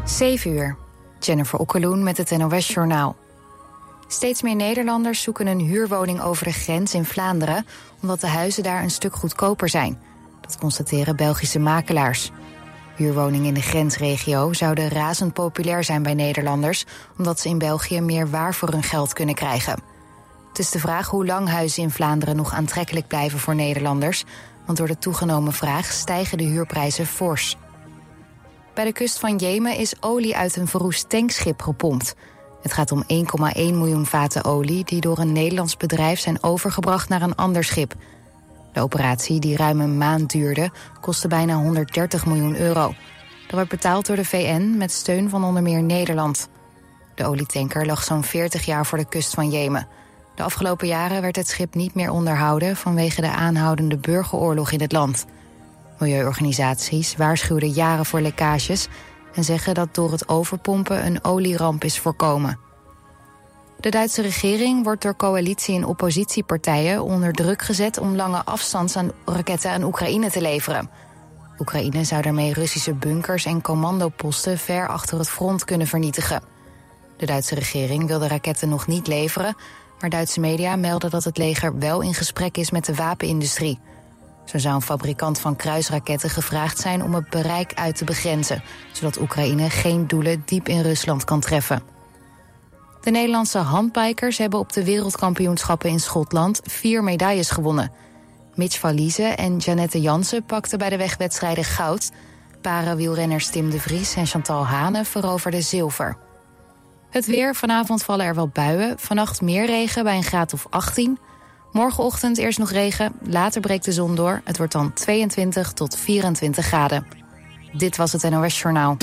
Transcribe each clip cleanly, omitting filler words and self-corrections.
7:00. Jennifer Okkeloen met het NOS-journaal. Steeds meer Nederlanders zoeken een huurwoning over de grens in Vlaanderen, omdat de huizen daar een stuk goedkoper zijn. Dat constateren Belgische makelaars. Huurwoningen in de grensregio zouden razend populair zijn bij Nederlanders, omdat ze in België meer waar voor hun geld kunnen krijgen. Het is de vraag hoe lang huizen in Vlaanderen nog aantrekkelijk blijven voor Nederlanders, want door de toegenomen vraag stijgen de huurprijzen fors. Bij de kust van Jemen is olie uit een verroest tankschip gepompt. Het gaat om 1,1 miljoen vaten olie die door een Nederlands bedrijf zijn overgebracht naar een ander schip. De operatie, die ruim een maand duurde, kostte bijna 130 miljoen euro. Dat werd betaald door de VN met steun van onder meer Nederland. De olietanker lag zo'n 40 jaar voor de kust van Jemen. De afgelopen jaren werd het schip niet meer onderhouden vanwege de aanhoudende burgeroorlog in het land. Milieuorganisaties waarschuwden jaren voor lekkages en zeggen dat door het overpompen een olieramp is voorkomen. De Duitse regering wordt door coalitie- en oppositiepartijen onder druk gezet om lange afstandsraketten aan Oekraïne te leveren. Oekraïne zou daarmee Russische bunkers en commandoposten ver achter het front kunnen vernietigen. De Duitse regering wil de raketten nog niet leveren, maar Duitse media melden dat het leger wel in gesprek is met de wapenindustrie. Zo zou een fabrikant van kruisraketten gevraagd zijn om het bereik uit te begrenzen, zodat Oekraïne geen doelen diep in Rusland kan treffen. De Nederlandse handbikers hebben op de wereldkampioenschappen in Schotland 4 medailles gewonnen. Mitch van Liezen en Janette Jansen pakten bij de wegwedstrijden goud. Para-wielrenners Tim de Vries en Chantal Hane veroverden zilver. Het weer, vanavond vallen er wel buien. Vannacht meer regen bij een graad of 18. Morgenochtend eerst nog regen, later breekt de zon door. Het wordt dan 22 tot 24 graden. Dit was het NOS Journaal.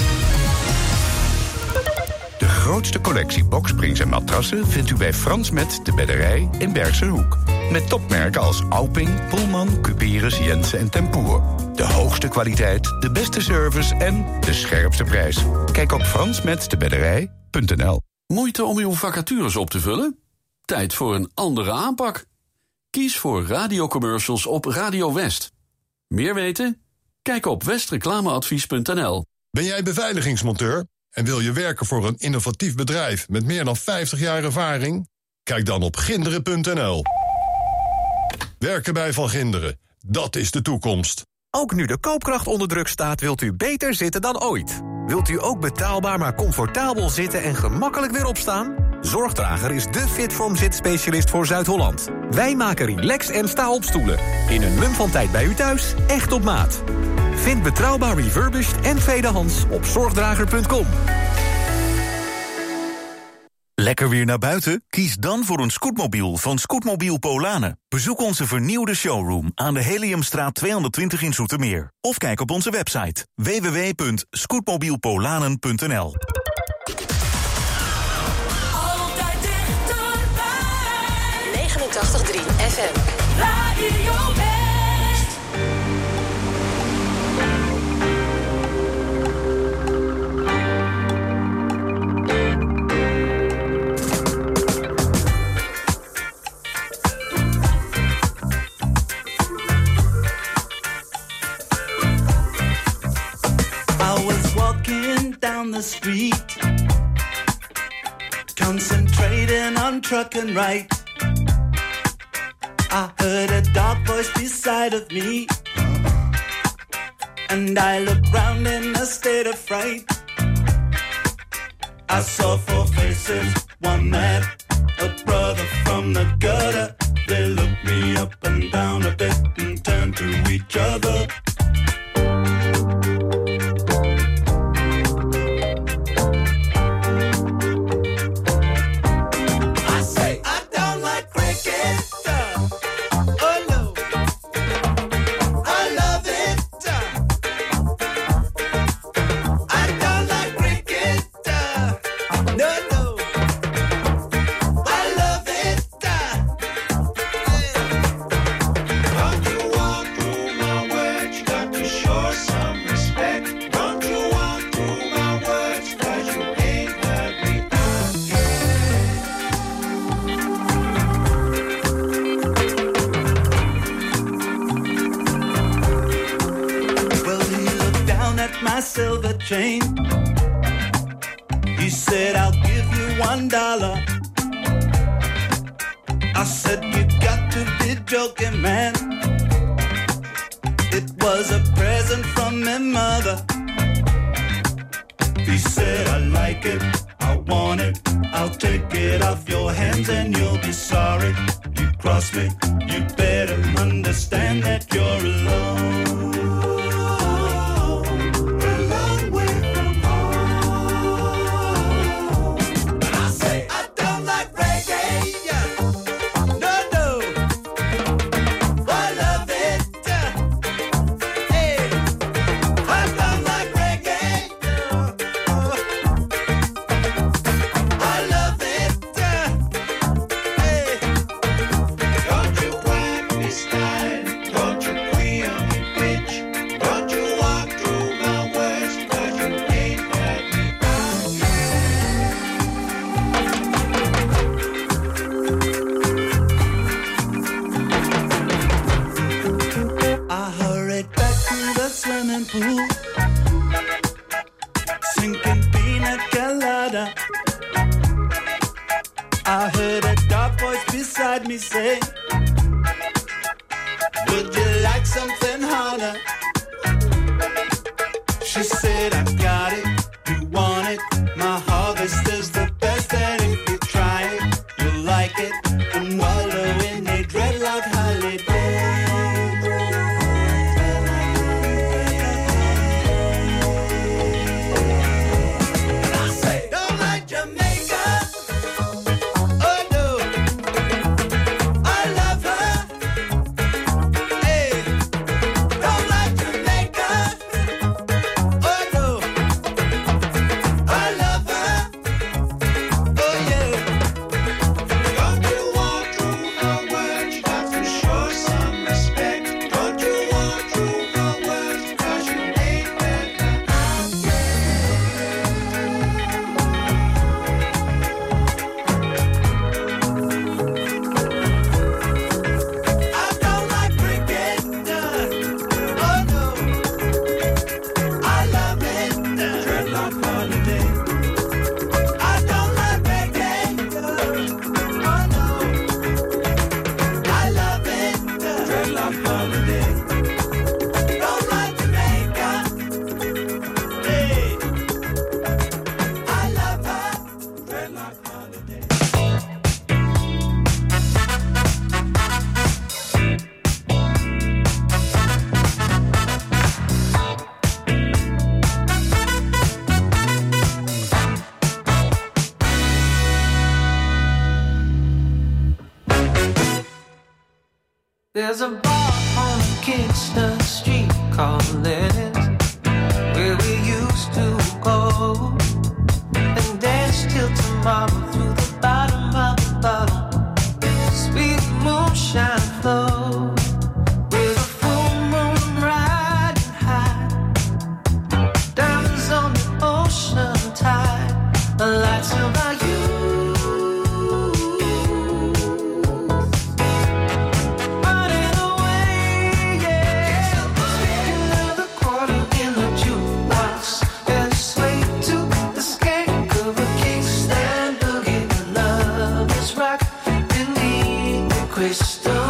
De grootste collectie boksprings en matrassen vindt u bij Frans Met de Bedderij in Bergse Hoek. Met topmerken als Auping, Pullman, Cuperus, Jensen en Tempoer. De hoogste kwaliteit, de beste service en de scherpste prijs. Kijk op fransmetdebedderij.nl. Moeite om uw vacatures op te vullen? Tijd voor een andere aanpak. Kies voor radiocommercials op Radio West. Meer weten? Kijk op westreclameadvies.nl. Ben jij beveiligingsmonteur en wil je werken voor een innovatief bedrijf met meer dan 50 jaar ervaring? Kijk dan op ginderen.nl. Werken bij Van Ginderen, dat is de toekomst. Ook nu de koopkracht onder druk staat, wilt u beter zitten dan ooit. Wilt u ook betaalbaar maar comfortabel zitten en gemakkelijk weer opstaan? Zorgdrager is de Fitform zitspecialist voor Zuid-Holland. Wij maken relax- en sta-opstoelen. In een mum van tijd bij u thuis, echt op maat. Vind betrouwbaar refurbished en tweedehands op zorgdrager.com. Lekker weer naar buiten? Kies dan voor een scootmobiel van Scootmobiel Polanen. Bezoek onze vernieuwde showroom aan de Heliumstraat 220 in Zoetermeer. Of kijk op onze website www.scootmobielpolanen.nl. Altijd dichterbij. 89.3 FM. Radio West. Down the street, concentrating on truck and right. I heard a dark voice beside of me, and I looked round in a state of fright. I saw 4 faces, one mad, a brother from the gutter. They looked me up and down a bit and turned to each other. said, I'll give you $1. I said, you got to be joking, man. It was a present from my mother. He said, I like it, I want it, I'll take it off your hands and you'll be sorry. You cross me, you better understand that you're alone. A long way from home. And I say, I don't like reggae. No, no. I love it. Hey, I don't like reggae. I love it. Hey, don't you whack me style, don't you queer me bitch, don't you walk through my words, 'cause you ain't heard me out. I hurried back to the swimming pool, sinking pina colada. I heard a dark voice beside me say, would you like something harder? She said, I got it, you want it, my harvest is the best, and if you try it, you'll like it, and wallow in a dreadlock holiday. And I say, don't like Jamaica. Oh no, I love her. Hey, don't like Jamaica. Oh no, I love her. Oh yeah. Don't you walk through her words? You got to show some respect. Don't you walk through her words? 'Cause you ain't heard her out yet. I don't like cricket. Oh no, I love it. Dreadlock holiday. I don't like reggae. Oh no, I love it. Dreadlock holiday. Don't like Jamaica. Hey, I love her. Dreadlock holiday. There's a bar on Kingston Street called Lenny's, where we used to go and dance till tomorrow through the bottom of the bottle. Sweet moonshine flow with a full moon riding high. Diamonds on the ocean tide, the lights of our youth. Running away, yeah. Another quarter in the jukebox and sway to the skank of a Kingston boogie. Love is rock beneath the crystal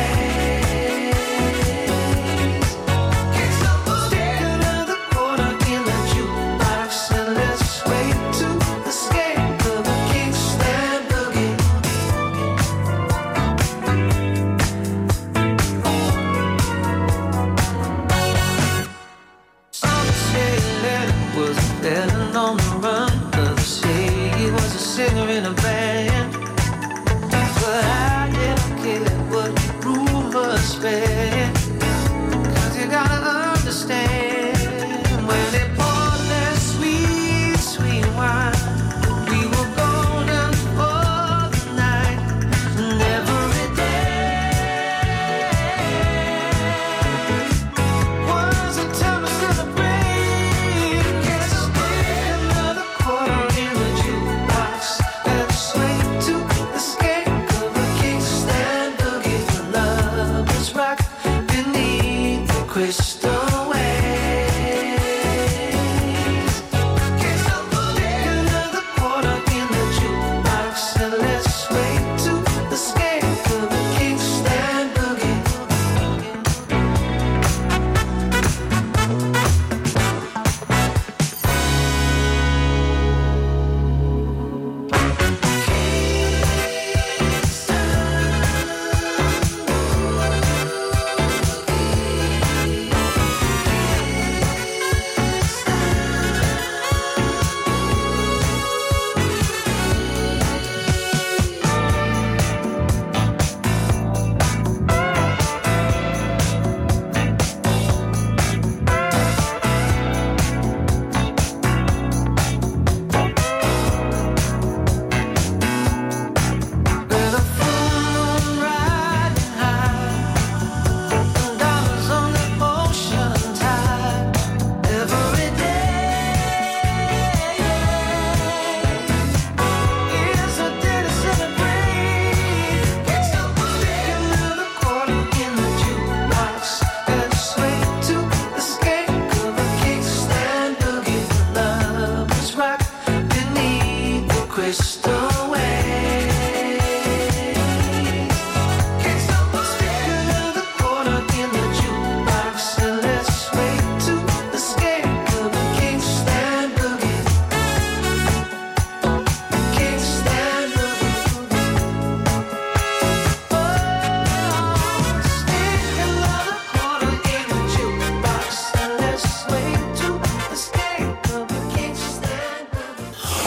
waves. Stick another quarter in the jukebox and let's sway to the skank of a Kingston boogie. Some say that it was a felon on the run. Others say he was a singer in a band. But I never cared what rumors spread. 'Cause you gotta understand, when they poured that sweet, sweet wine, we were golden for the night and every day was a time to celebrate. Can't stand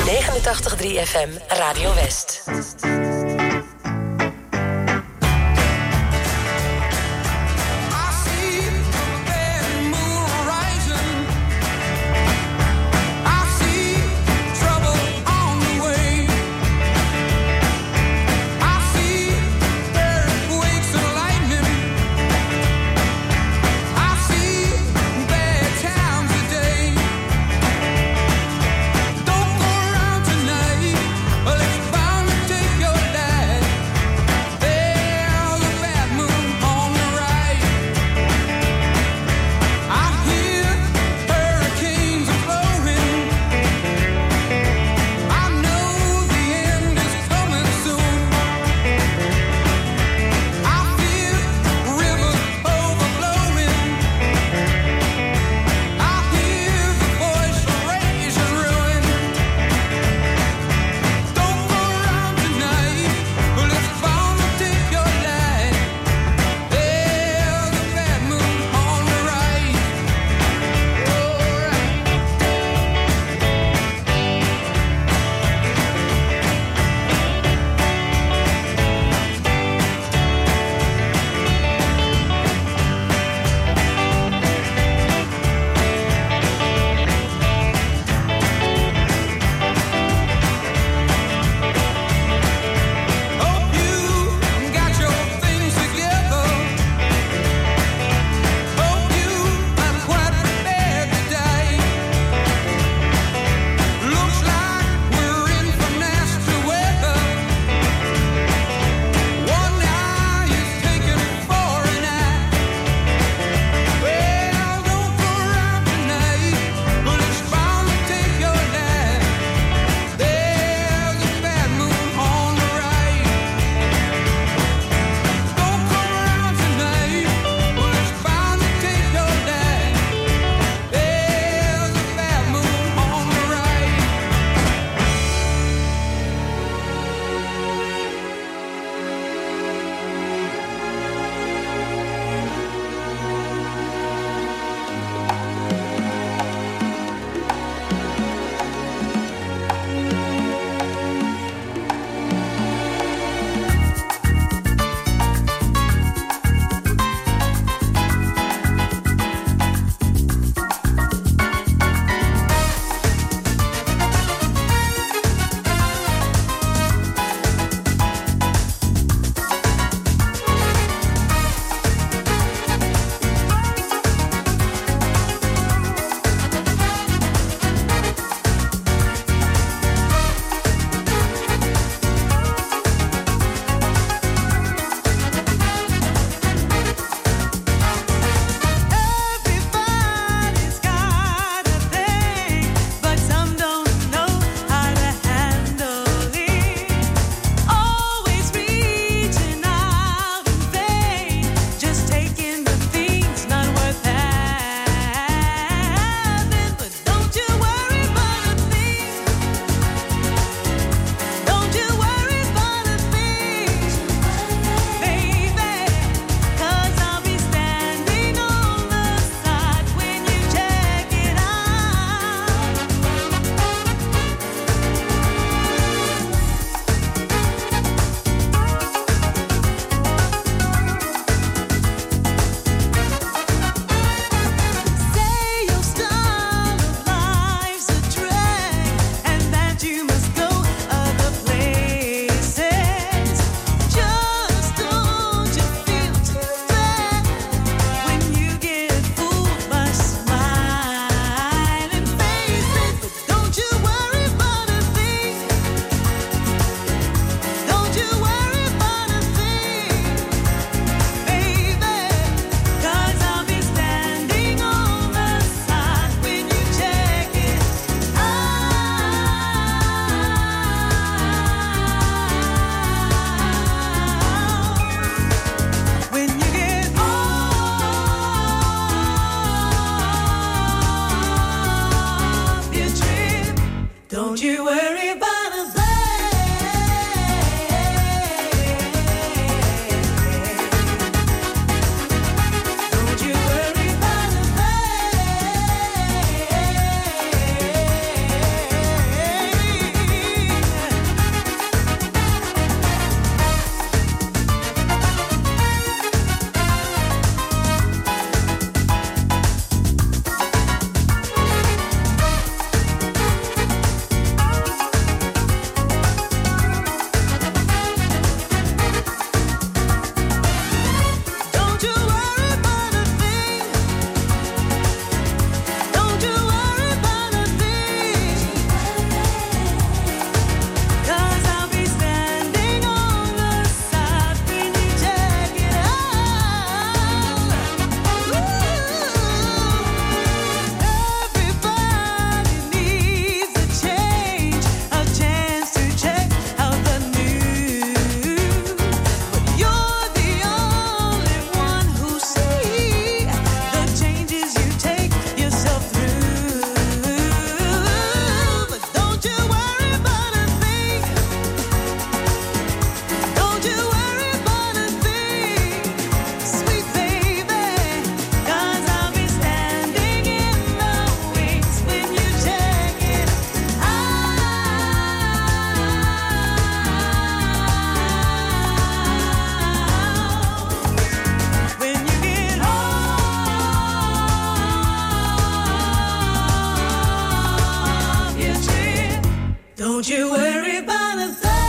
89.3 FM Radio West. Don't you worry about a thing.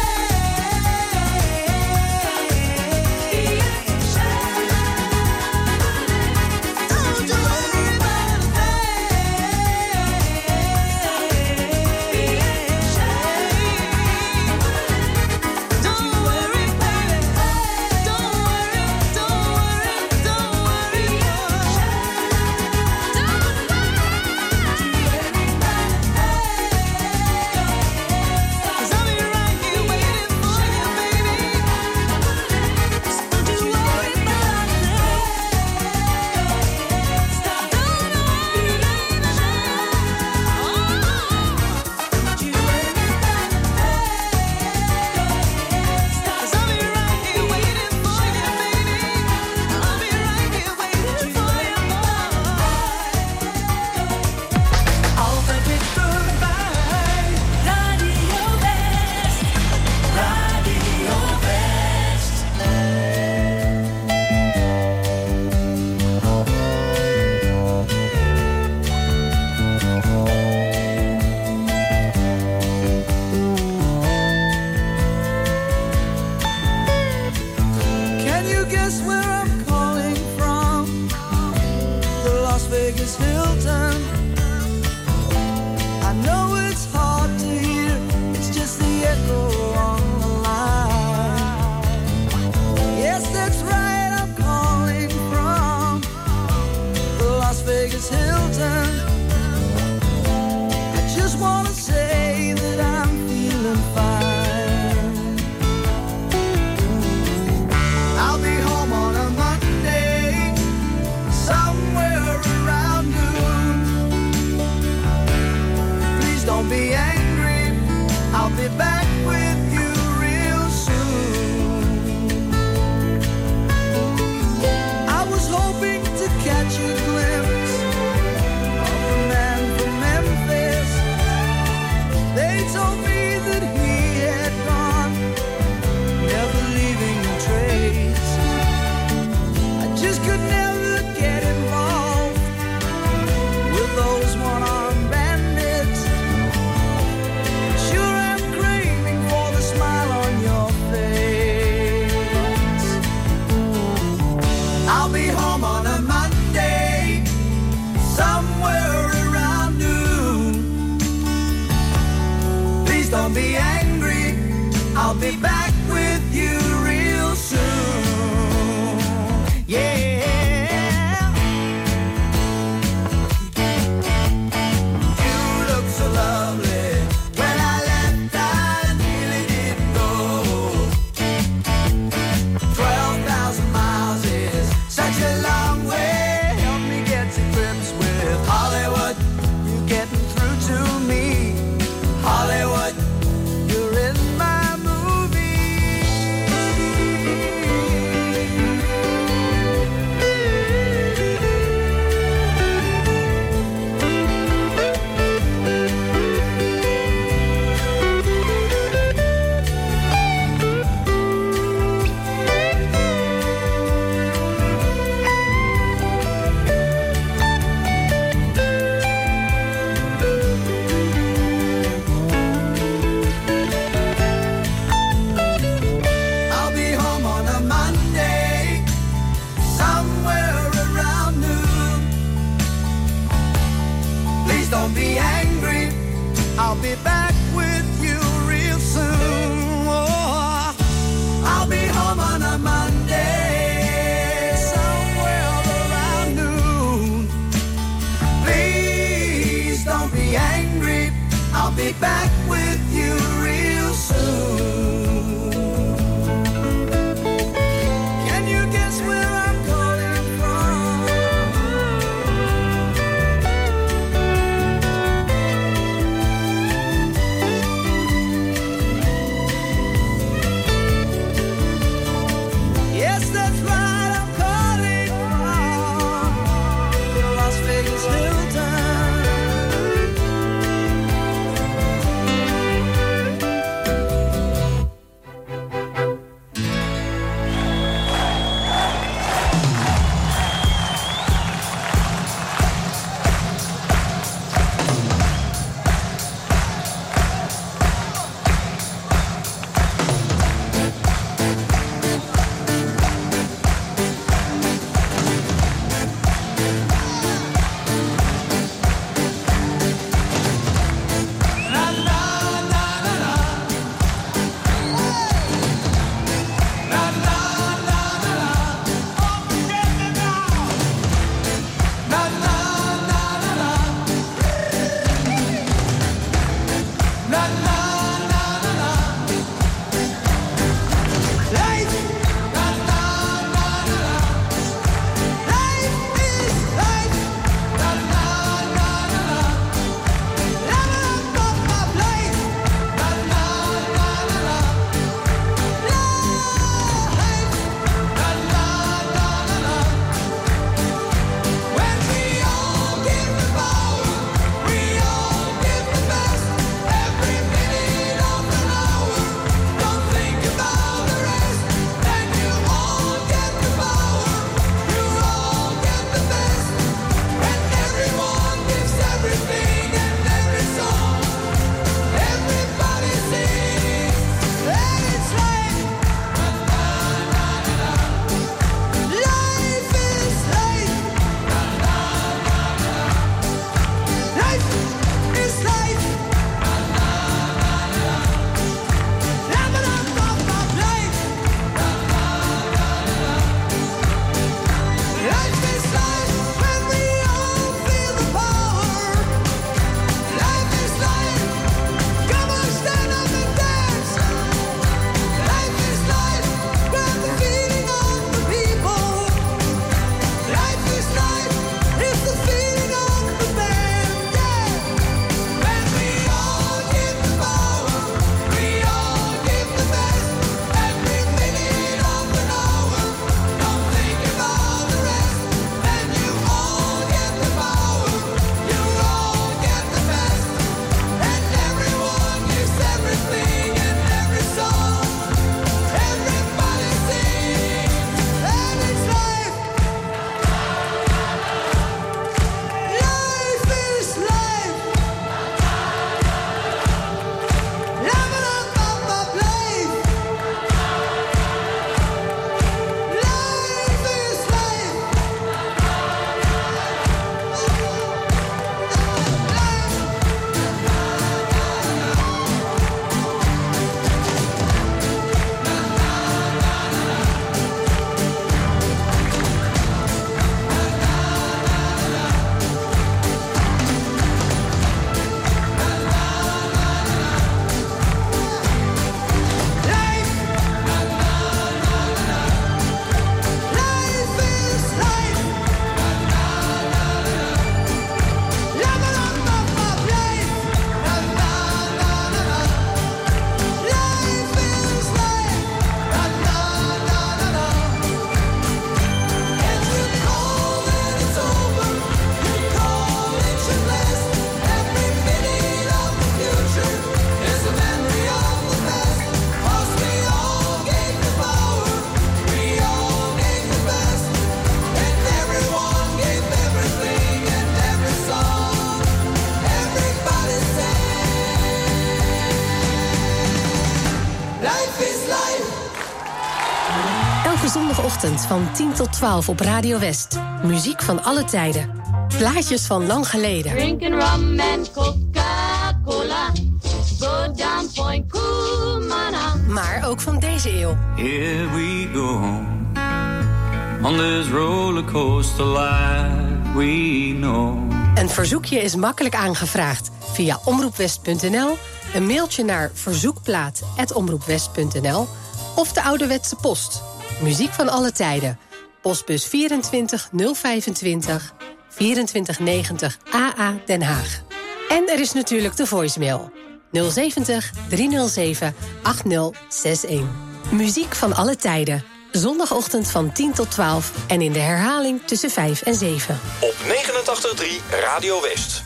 zondagochtend van 10 tot 12 op Radio West. Muziek van alle tijden. Plaatjes van lang geleden. Drinking rum and Coca-Cola. Go down Point Kumana. Maar ook van deze eeuw. Here we go on this rollercoaster life we know. Een verzoekje is makkelijk aangevraagd via omroepwest.nl, een mailtje naar verzoekplaat@omroepwest.nl of de ouderwetse post. Muziek van alle tijden. Postbus 24 025 2490 AA Den Haag. En er is natuurlijk de voicemail 070 307 8061. Muziek van alle tijden. Zondagochtend van 10 tot 12 en in de herhaling tussen 5 en 7. Op 89.3 Radio West.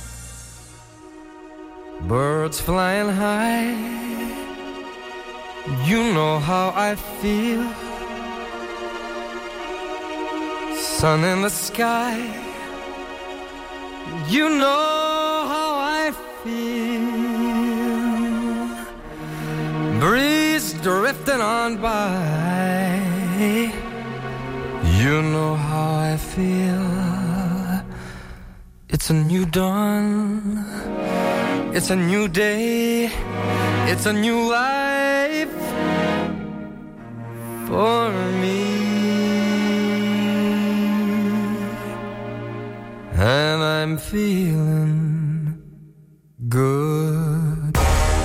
Birds flying high, you know how I feel. Sun in the sky, you know how I feel. Breeze drifting on by, you know how I feel. It's a new dawn, it's a new day, it's a new life for me. And I'm feeling good.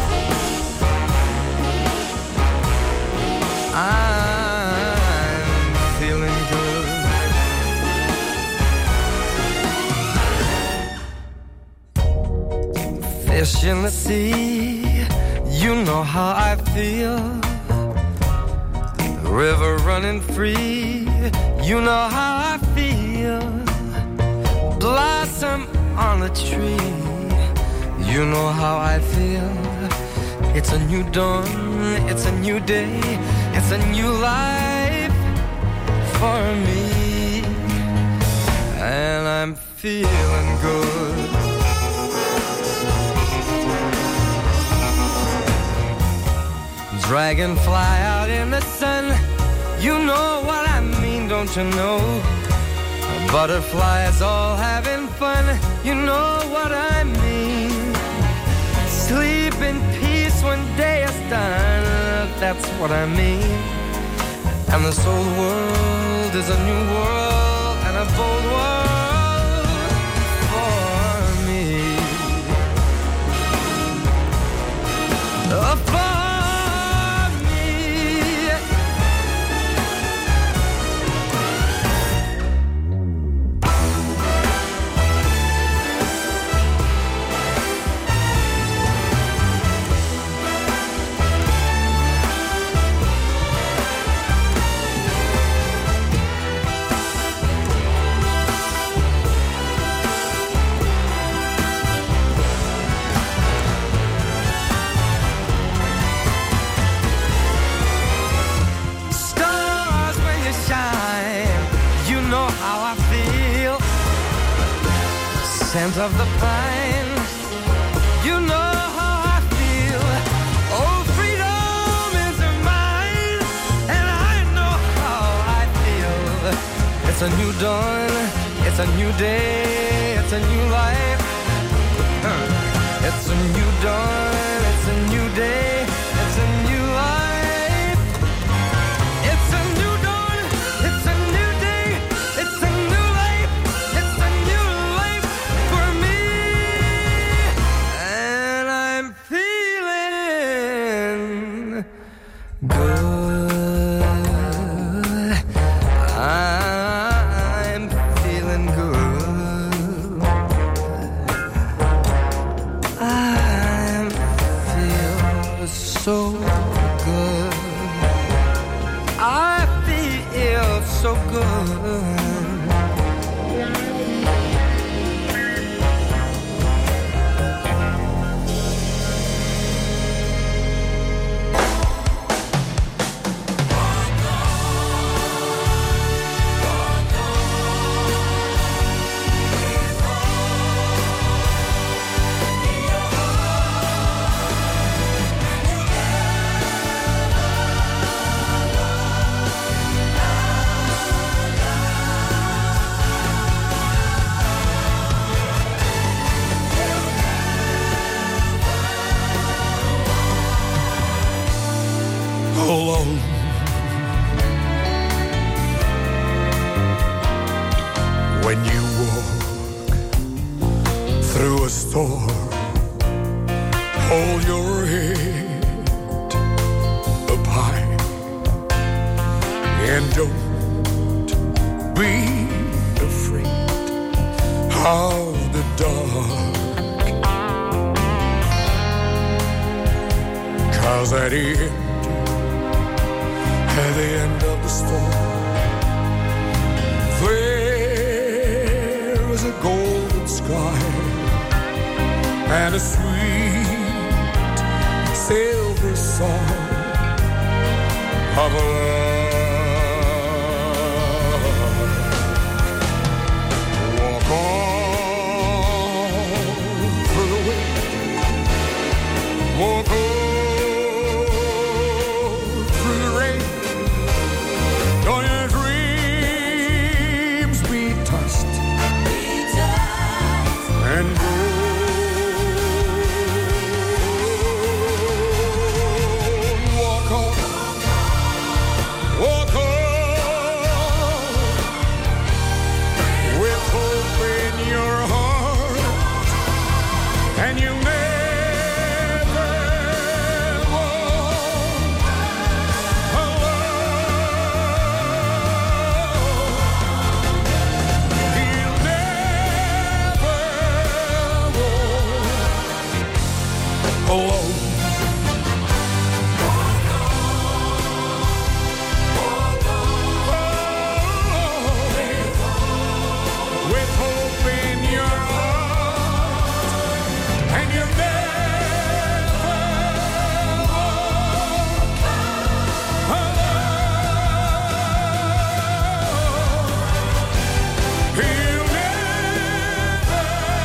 I'm feeling good. Fish in the sea, you know how I feel. The river running free, you know how I feel. Blossom on the tree, you know how I feel. It's a new dawn, it's a new day, it's a new life for me. And I'm feeling good. Dragonfly out in the sun, you know what I mean, don't you know? Butterflies all having fun, you know what I mean. Sleep in peace when day is done, that's what I mean. And this old world is a new world and a bold world for me. For scent of the pine, you know how I feel. Oh, freedom is mine, and I know how I feel. It's a new dawn, it's a new day, it's a new life. It's a new dawn, it's a new day, it's a new life. It's a new dawn, it's a new day, it's a new life. It's a new life for me, and I'm feeling good. I'm feeling good. I feel so good. I feel so good. alone. When you walk through a storm, hold your head up high and don't be afraid of the dark. 'Cause at the end of the storm, there is a golden sky and a sweet silver song of love. Walk on through the wind, walk on through the rain. Don't your dreams be touched and go. Walk on, walk on, with hope in your heart, and you never walk alone. You'll never walk alone. With hope in your heart, and you never walk alone. You never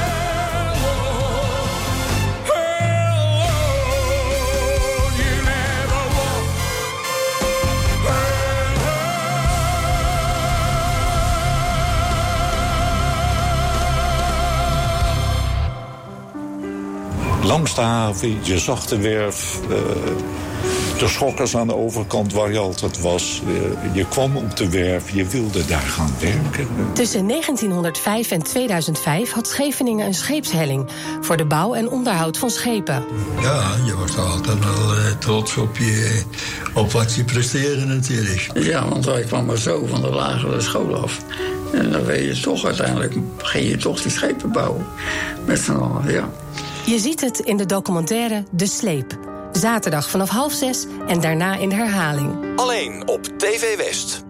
walk alone. You never walk Langs de haven, je zag de werf, de schokkers aan de overkant waar je altijd was. Je kwam op de werf, je wilde daar gaan werken. Tussen 1905 en 2005 had Scheveningen een scheepshelling voor de bouw en onderhoud van schepen. Ja, je wordt altijd wel trots op wat je presteerde natuurlijk. Ja, want wij kwamen zo van de lagere school af. En dan weet je toch uiteindelijk, ging je toch die schepen bouwen. Met z'n allen, ja. Je ziet het in de documentaire De Sleep. Zaterdag vanaf 5:30 en daarna in de herhaling. Alleen op TV West.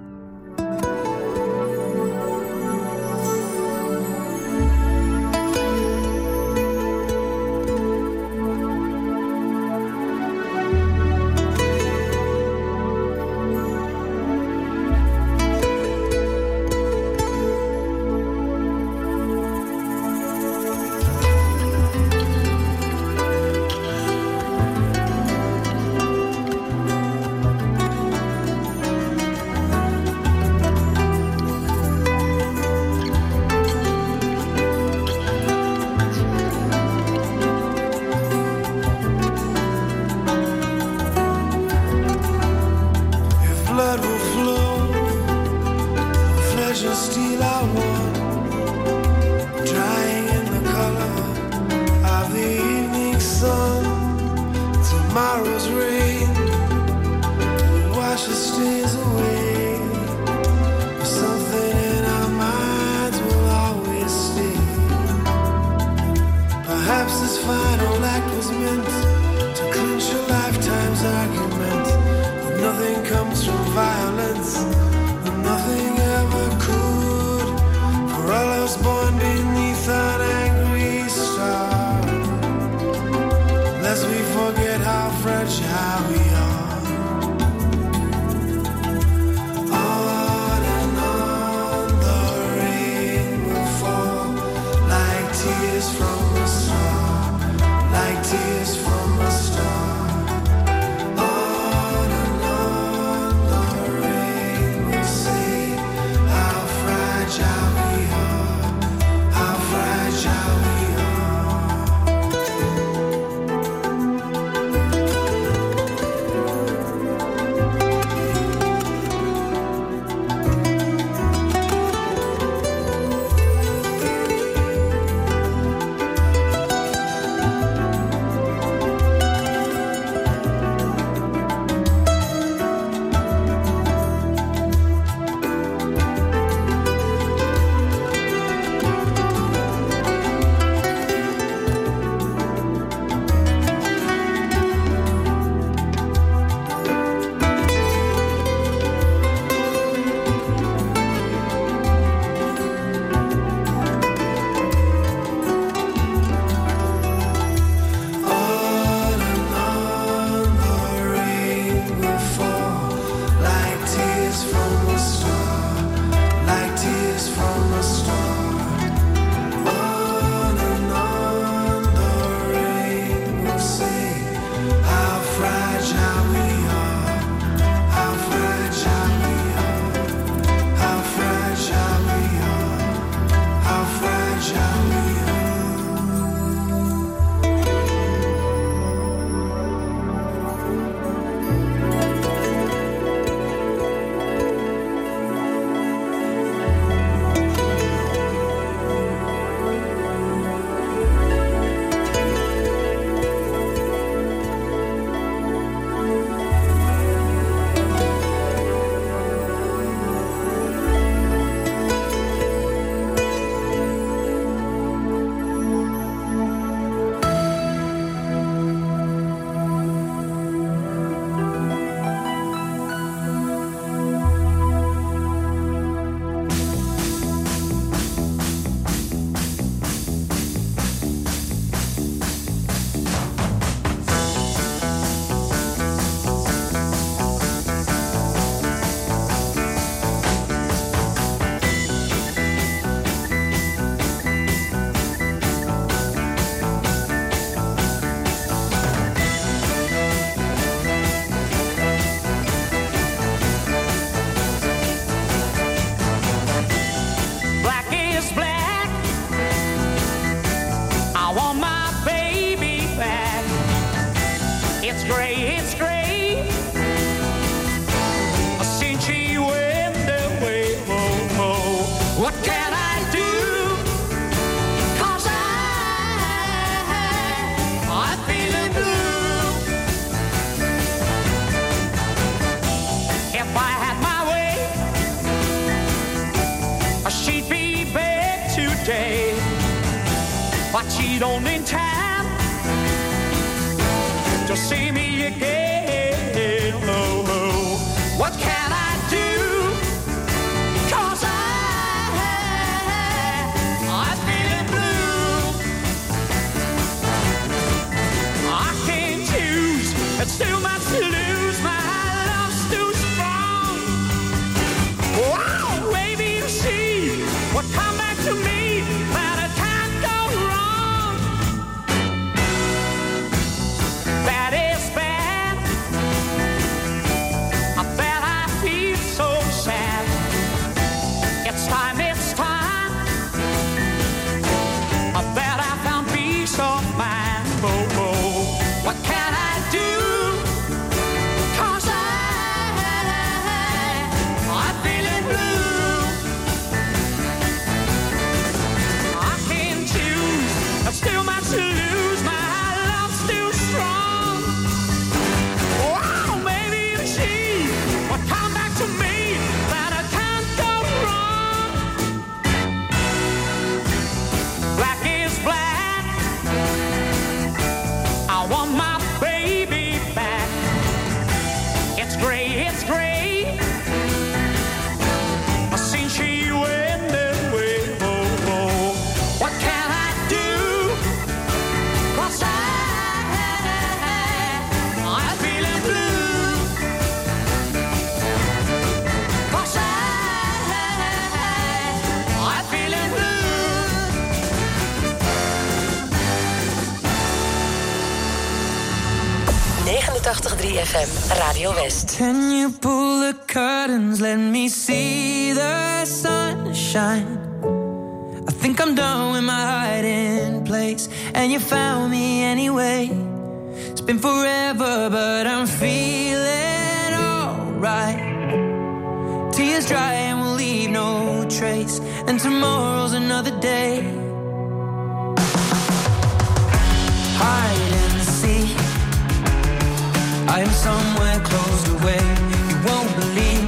It's gray, since she went away. Oh, oh. What can I do? 'Cause I'm feeling blue. If I had my way, she'd be back today, but she don't in time to see me again. Oh, oh. What can I do? 'Cause I'm feeling blue. I can't choose, it's too much to lose. My love's too strong. Wow, maybe you see what come back to me, but it can't go wrong. That is bad. I bet I feel so sad. It's time. I bet I found peace of mind. Oh, oh. What can I do? 'Cause I'm feeling blue. I can't choose, there's too much to lose. My love's too strong. Wow, maybe you see what come back to me, that I can't go wrong. Black is black. I want my baby back. It's gray, since she went away. Oh, oh. What can I do? 'Cause I'm feeling blue. 'Cause I'm feeling blue. 89.3 FM, Radio West. Can you pull the curtains, let me see the sunshine? I think I'm done with my hiding place, and you found me anyway. It's been forever, but I'm feeling alright. Tears dry and we'll leave no trace, and tomorrow's another day. Hide and seek, I am somewhere closed away. You won't believe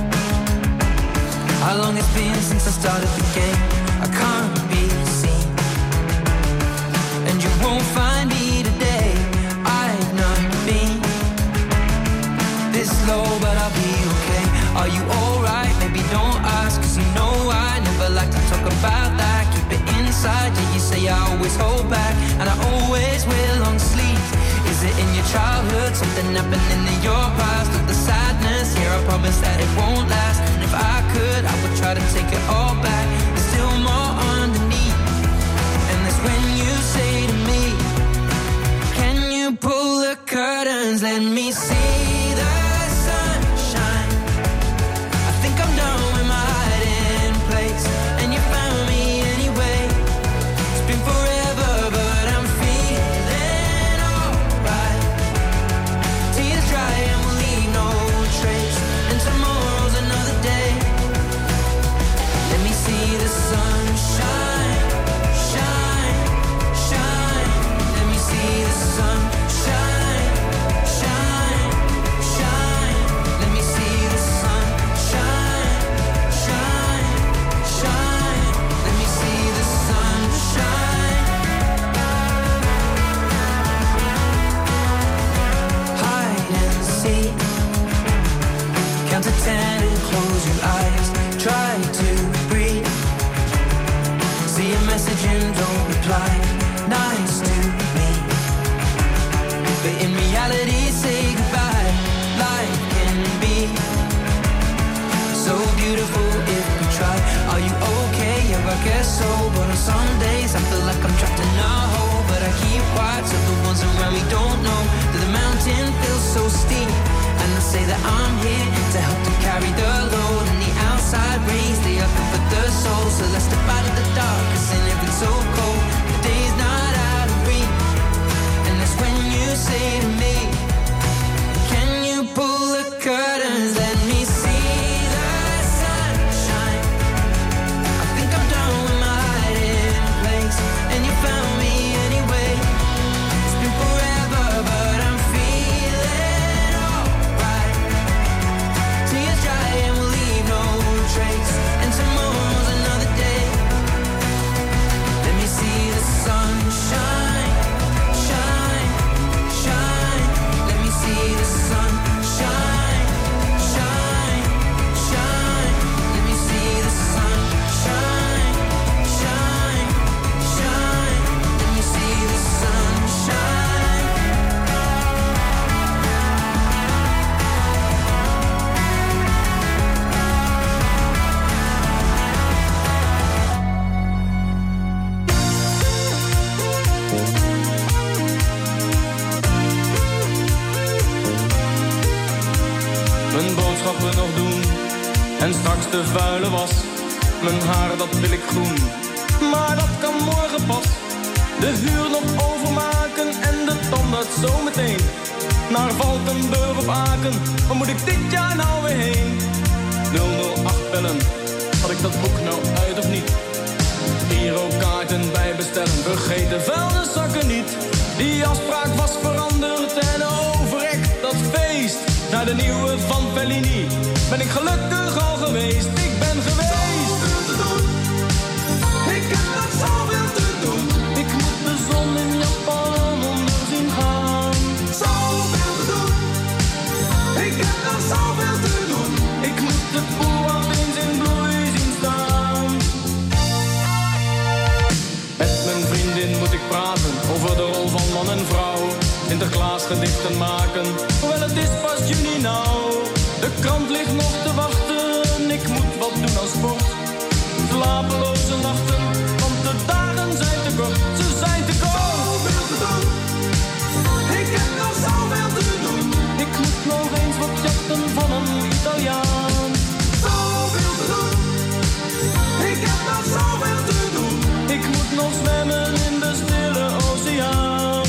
how long it's been since I started the game. I can't be seen, and you won't find me today. I've not been this low, but I'll be okay. Are you alright? Maybe don't ask, 'cause you know I never like to talk about that. Keep it inside, yeah, you say I always hold back, and I always wear long sleeves. Is it in your childhood, something happening in your past? Or the sadness here, I promise that it won't last. And if I could, I would try to take it all back. There's still more underneath, and that's when you say to me, can you pull the curtains, let me see the sunshine? I think I'm done with my hiding place, and you found me anyway. It's been forever, but I'm feeling alright. Tears dry and we'll leave no trace, and tomorrow's another day. Let me see the sunshine, shine, shine. Let me see the sunshine, shine, shine. Let me see the sunshine, shine, shine. Let me see the sunshine. Hide and seek, count to 10 and close your eyes. Try to breathe, see a message and don't reply. Nice to me, but in reality say goodbye. Life can be so beautiful if we try. Are you okay? Yeah, I guess so. But on some days I feel like I'm trapped in a hole, but I keep quiet so the ones around me don't know that the mountain feels so steep. And I say that I'm here to help to carry the load, and the outside rays, they are good for the soul. So let's step out of the darkness, and if it's so cold, the day's not out of reach. And that's when you say to me, mijn boodschappen nog doen. En straks de vuile was, mijn haar dat wil ik groen. Maar dat kan morgen pas, de huur nog overmaken en de tandarts zometeen. Naar Valkenburg of Aken, waar moet ik dit jaar nou weer heen? 008 bellen, had ik dat boek nou uit of niet? Girokaarten bij bestellen, vergeet de vuilniszakken niet. Die afspraak was veranderd en overrekt dat feest. Naar de nieuwe van Fellini ben ik gelukkig al geweest. Ik ben geweest. Zoveel te doen, ik heb nog zoveel te doen. Ik moet de zon in Japan onder zien gaan. Zoveel te doen, ik heb nog zoveel te doen. Ik moet het oerwoud eens in bloei zien staan. Met mijn vriendin moet ik praten over de rol van man en vrouw. Sinterklaas gedichten maken, hoewel het is pas juni nou. De krant ligt nog te wachten, ik moet wat doen aan sport. Slapeloze nachten, want de dagen zijn te kort, ze zijn te kort. Zoveel te doen, ik heb nog zoveel te doen. Ik moet nog eens wat jatten van een Italiaan. Zoveel te doen, ik heb nog zoveel te doen. Ik moet nog zwemmen in de stille oceaan.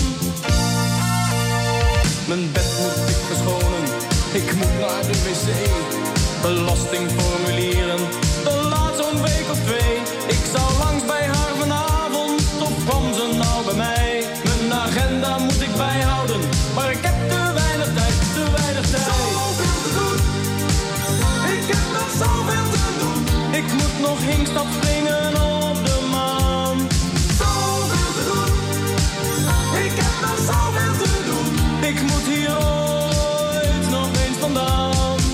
Mijn bed moet ik verschonen, ik moet naar de wc. Belastingformulieren, de laat zo'n week of 2. Ik zou langs bij haar vanavond, of kwam ze nou bij mij? Mijn agenda moet ik bijhouden, maar ik heb te weinig tijd, te weinig tijd. Zoveel te doen, ik heb nog zoveel te doen. Ik moet nog hinkstap springen op de maan. Zoveel te doen, ik heb nog zoveel te doen. Ik moet hier ooit nog eens vandaan.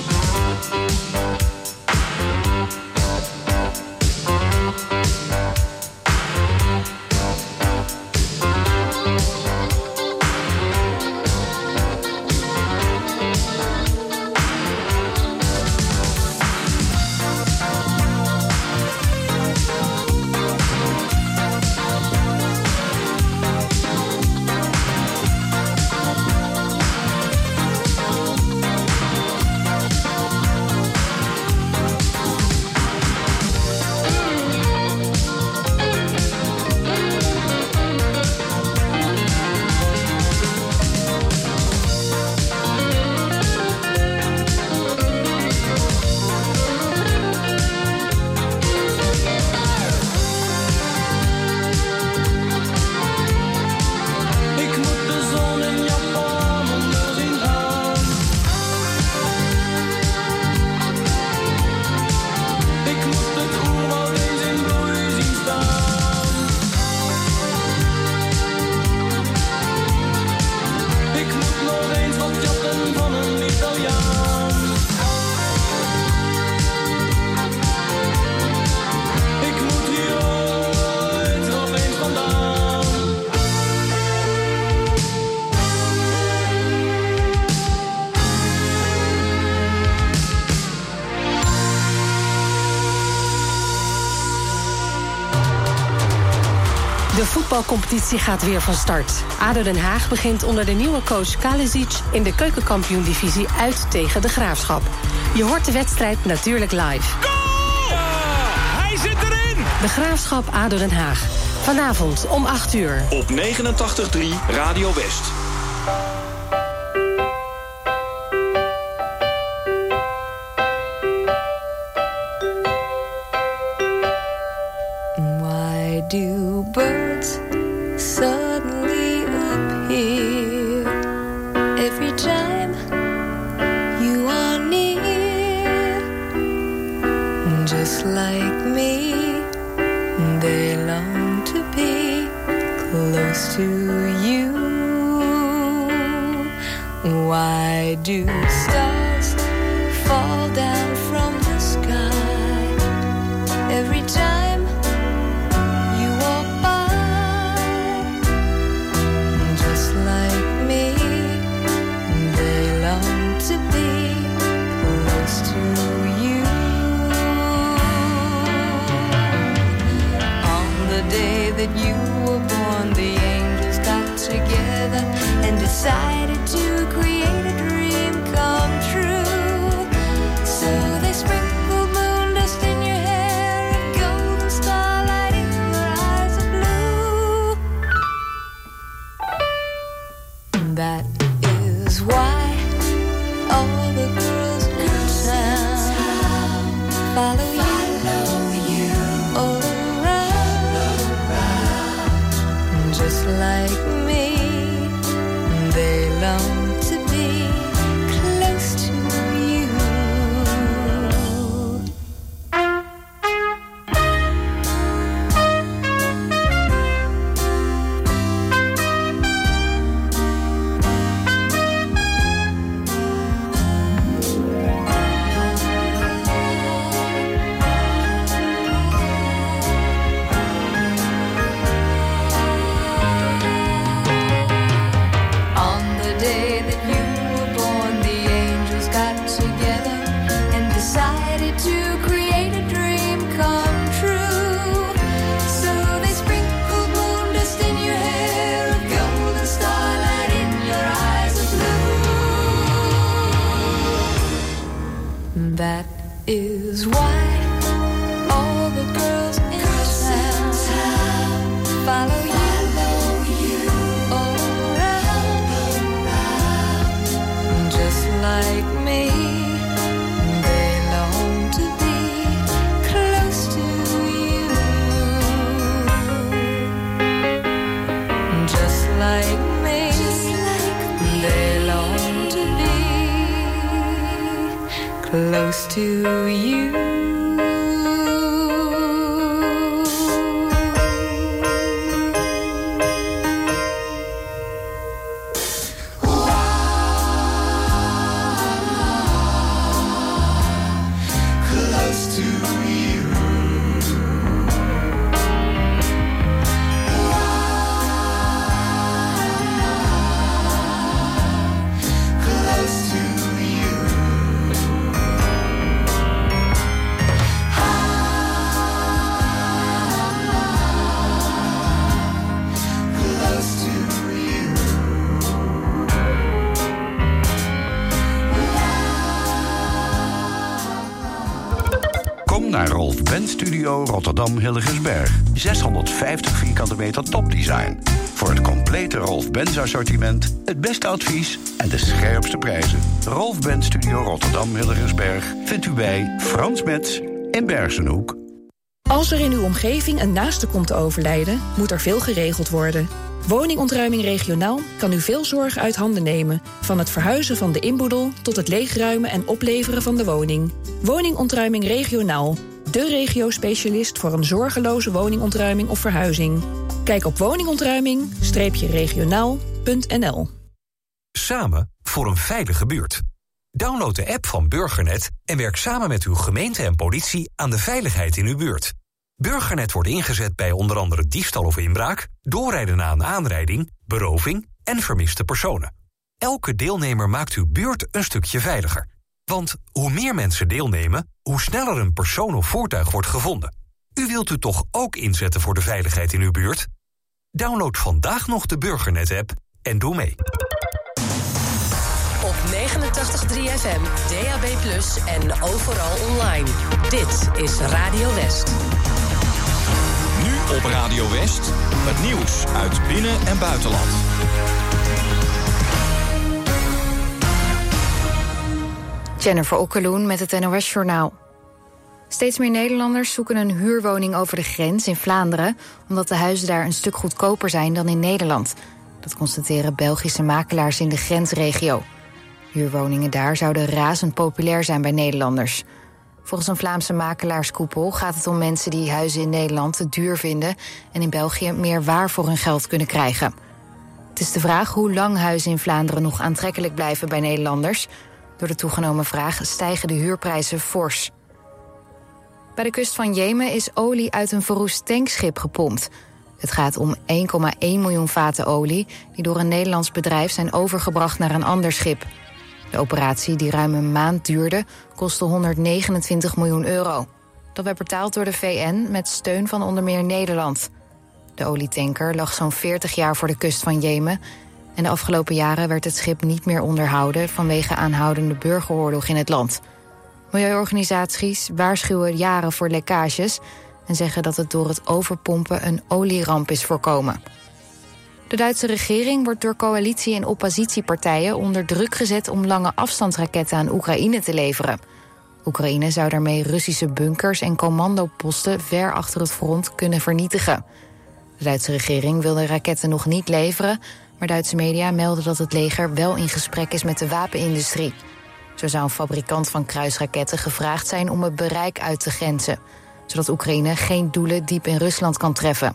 De voetbalcompetitie gaat weer van start. ADO Den Haag begint onder de nieuwe coach Kalisic in de keukenkampioen-divisie uit tegen de Graafschap. Je hoort de wedstrijd natuurlijk live. Goal! Hij zit erin! De Graafschap ADO Den Haag. Vanavond om 8 uur. Op 89.3 Radio West. Why do birds suddenly appear every time you are near? Just like me, they long to be close to you. Why do stars fall down from the sky every time you walk by? Just like me, they long to be close to you. On the day that you were born, the angels got together and decided to create a dream come true. That is why all the girls in town follow you around. Just like me, they long to be close to you. Just like me, they long to be close to you. Naar Rolf Benz Studio Rotterdam Hillegersberg. 650 vierkante meter topdesign. Voor het complete Rolf Benz assortiment, het beste advies en de scherpste prijzen. Rolf Benz Studio Rotterdam Hillegersberg vindt u bij Frans Metz in Bergsenhoek. Als er in uw omgeving een naaste komt te overlijden, moet er veel geregeld worden. Woningontruiming regionaal kan u veel zorg uit handen nemen. Van het verhuizen van de inboedel tot het leegruimen en opleveren van de woning. Woningontruiming regionaal. De regio-specialist voor een zorgeloze woningontruiming of verhuizing. Kijk op woningontruiming-regionaal.nl. Samen voor een veilige buurt. Download de app van Burgernet en werk samen met uw gemeente en politie aan de veiligheid in uw buurt. Burgernet wordt ingezet bij onder andere diefstal of inbraak, doorrijden na een aanrijding, beroving en vermiste personen. Elke deelnemer maakt uw buurt een stukje veiliger. Want hoe meer mensen deelnemen, hoe sneller een persoon of voertuig wordt gevonden. U wilt u toch ook inzetten voor de veiligheid in uw buurt? Download vandaag nog de Burgernet-app en doe mee. Op 89.3 FM, DAB+ en overal online. Dit is Radio West. Nu op Radio West, het nieuws uit binnen- en buitenland. Jennifer Okkeloen met het NOS-journaal. Steeds meer Nederlanders zoeken een huurwoning over de grens in Vlaanderen, omdat de huizen daar een stuk goedkoper zijn dan in Nederland. Dat constateren Belgische makelaars in de grensregio. Huurwoningen daar zouden razend populair zijn bij Nederlanders. Volgens een Vlaamse makelaarskoepel gaat het om mensen die huizen in Nederland te duur vinden en in België meer waar voor hun geld kunnen krijgen. Het is de vraag hoe lang huizen in Vlaanderen nog aantrekkelijk blijven bij Nederlanders. Door de toegenomen vraag stijgen de huurprijzen fors. Bij de kust van Jemen is olie uit een verroest tankschip gepompt. Het gaat om 1,1 miljoen vaten olie die door een Nederlands bedrijf zijn overgebracht naar een ander schip. De operatie, die ruim een maand duurde, kostte 129 miljoen euro. Dat werd betaald door de VN met steun van onder meer Nederland. De olietanker lag zo'n 40 jaar voor de kust van Jemen. En de afgelopen jaren werd het schip niet meer onderhouden vanwege aanhoudende burgeroorlog in het land. Milieuorganisaties waarschuwen jaren voor lekkages en zeggen dat het door het overpompen een olieramp is voorkomen. De Duitse regering wordt door coalitie- en oppositiepartijen onder druk gezet om lange afstandsraketten aan Oekraïne te leveren. Oekraïne zou daarmee Russische bunkers en commandoposten ver achter het front kunnen vernietigen. De Duitse regering wil de raketten nog niet leveren, maar Duitse media melden dat het leger wel in gesprek is met de wapenindustrie. Zo zou een fabrikant van kruisraketten gevraagd zijn om het bereik uit te grenzen, zodat Oekraïne geen doelen diep in Rusland kan treffen.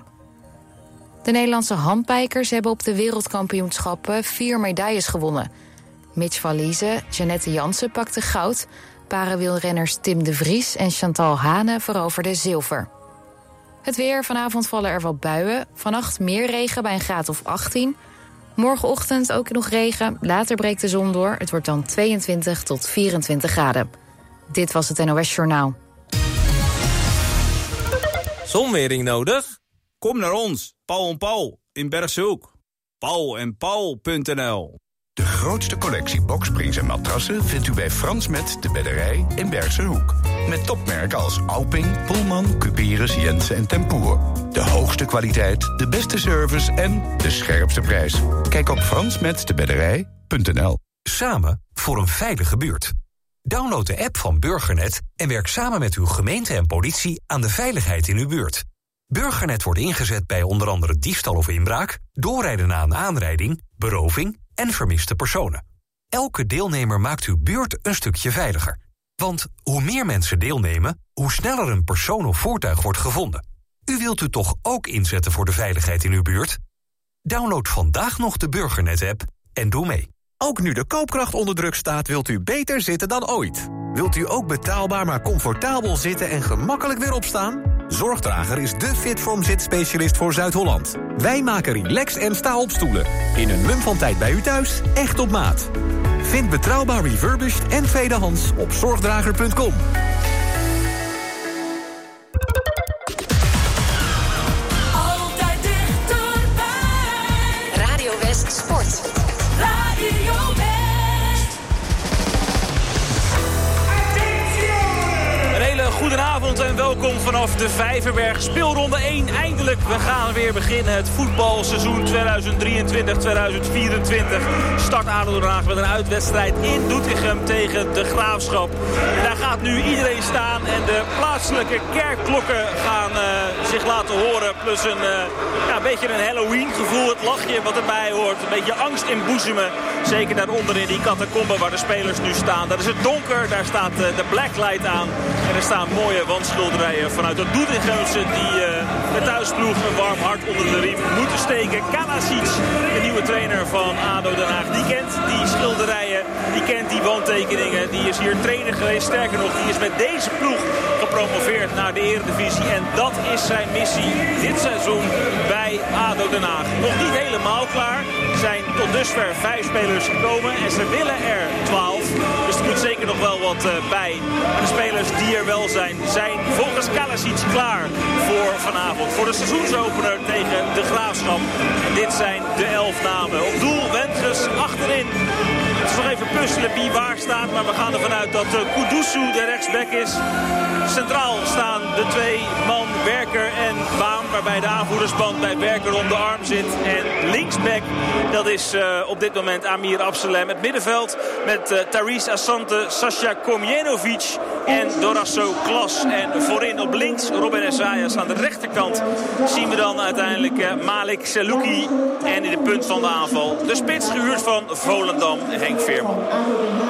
De Nederlandse handbijkers hebben op de wereldkampioenschappen 4 medailles gewonnen. Mitch van Liese, Jeannette Jansen pakte goud. Parenwielrenners Tim de Vries en Chantal Hane veroverden zilver. Het weer, vanavond vallen er wat buien. Vannacht meer regen bij een graad of 18. Morgenochtend ook nog regen, later breekt de zon door. Het wordt dan 22 tot 24 graden. Dit was het NOS Journaal. Zonwering nodig? Kom naar ons, Paul en Paul, in Bergshoek. paulenpaul.nl De grootste collectie boksprings en matrassen vindt u bij Frans Met de Bedderij in Bergse Hoek. Met topmerken als Auping, Pullman, Cuperus, Jensen en Tempoer. De hoogste kwaliteit, de beste service en de scherpste prijs. Kijk op fransmetdebedderij.nl. Samen voor een veilige buurt. Download de app van Burgernet en werk samen met uw gemeente en politie aan de veiligheid in uw buurt. Burgernet wordt ingezet bij onder andere diefstal of inbraak, doorrijden na een aanrijding, beroving en vermiste personen. Elke deelnemer maakt uw buurt een stukje veiliger. Want hoe meer mensen deelnemen, hoe sneller een persoon of voertuig wordt gevonden. U wilt u toch ook inzetten voor de veiligheid in uw buurt? Download vandaag nog de Burgernet-app en doe mee. Ook nu de koopkracht onder druk staat, wilt u beter zitten dan ooit. Wilt u ook betaalbaar maar comfortabel zitten en gemakkelijk weer opstaan? Zorgdrager is de Fitform zitspecialist voor Zuid-Holland. Wij maken relax- en sta-opstoelen. In een mum van tijd bij u thuis, echt op maat. Vind betrouwbaar refurbished en tweedehands op zorgdrager.com. Altijd dichterbij. Radio West Sport. Radio West. Een hele goede avond en welkom vanaf de Vijverberg. Speelronde 1 eindelijk. We gaan weer beginnen. Het voetbalseizoen 2023-2024. Start ADO Den Haag met een uitwedstrijd in Doetinchem tegen de Graafschap. En daar gaat nu iedereen staan en de plaatselijke kerkklokken gaan zich laten horen. Plus een beetje een Halloween gevoel. Het lachje wat erbij hoort. Een beetje angst inboezemen. Zeker daaronder in die catacombe waar de spelers nu staan. Daar is het donker. Daar staat de blacklight aan. En er staan mooie wandschilderijen vanuit de Doetinchemse die de thuisploeg een warm hart onder de riem moeten steken. Kalasic, de nieuwe trainer van ADO Den Haag, die kent die schilderijen, die kent die wandtekeningen. Die is hier trainer geweest. Sterker nog, die is met deze ploeg gepromoveerd naar de Eredivisie. En dat is zijn missie dit seizoen bij ADO Den Haag. Nog niet helemaal klaar. Er zijn tot dusver 5 spelers gekomen en ze willen er 12. Dus er moet zeker nog wel wat bij. En de spelers die er wel zijn volgens Kalasic klaar voor vanavond. Voor de seizoensopener tegen de Graafschap. En dit zijn de 11 namen. Op doel Wendges, achterin. Het is nog even puzzelen wie waar staat. Maar we gaan ervan uit dat Kudusu de rechtsback is. Centraal staan de 2 man Werker en Baan. Waarbij de aanvoerdersband bij Werker om de arm zit. En linksback, dat is op dit moment Amir Absalem. Het middenveld met Tharis Asante, Sasha Komjenovic en Dorasso Klas. En voorin op links Robin Esaias. Aan de rechterkant zien we dan uiteindelijk Malik Selouki. En in de punt van de aanval de spits gehuurd van Volendam, Henk Veerman.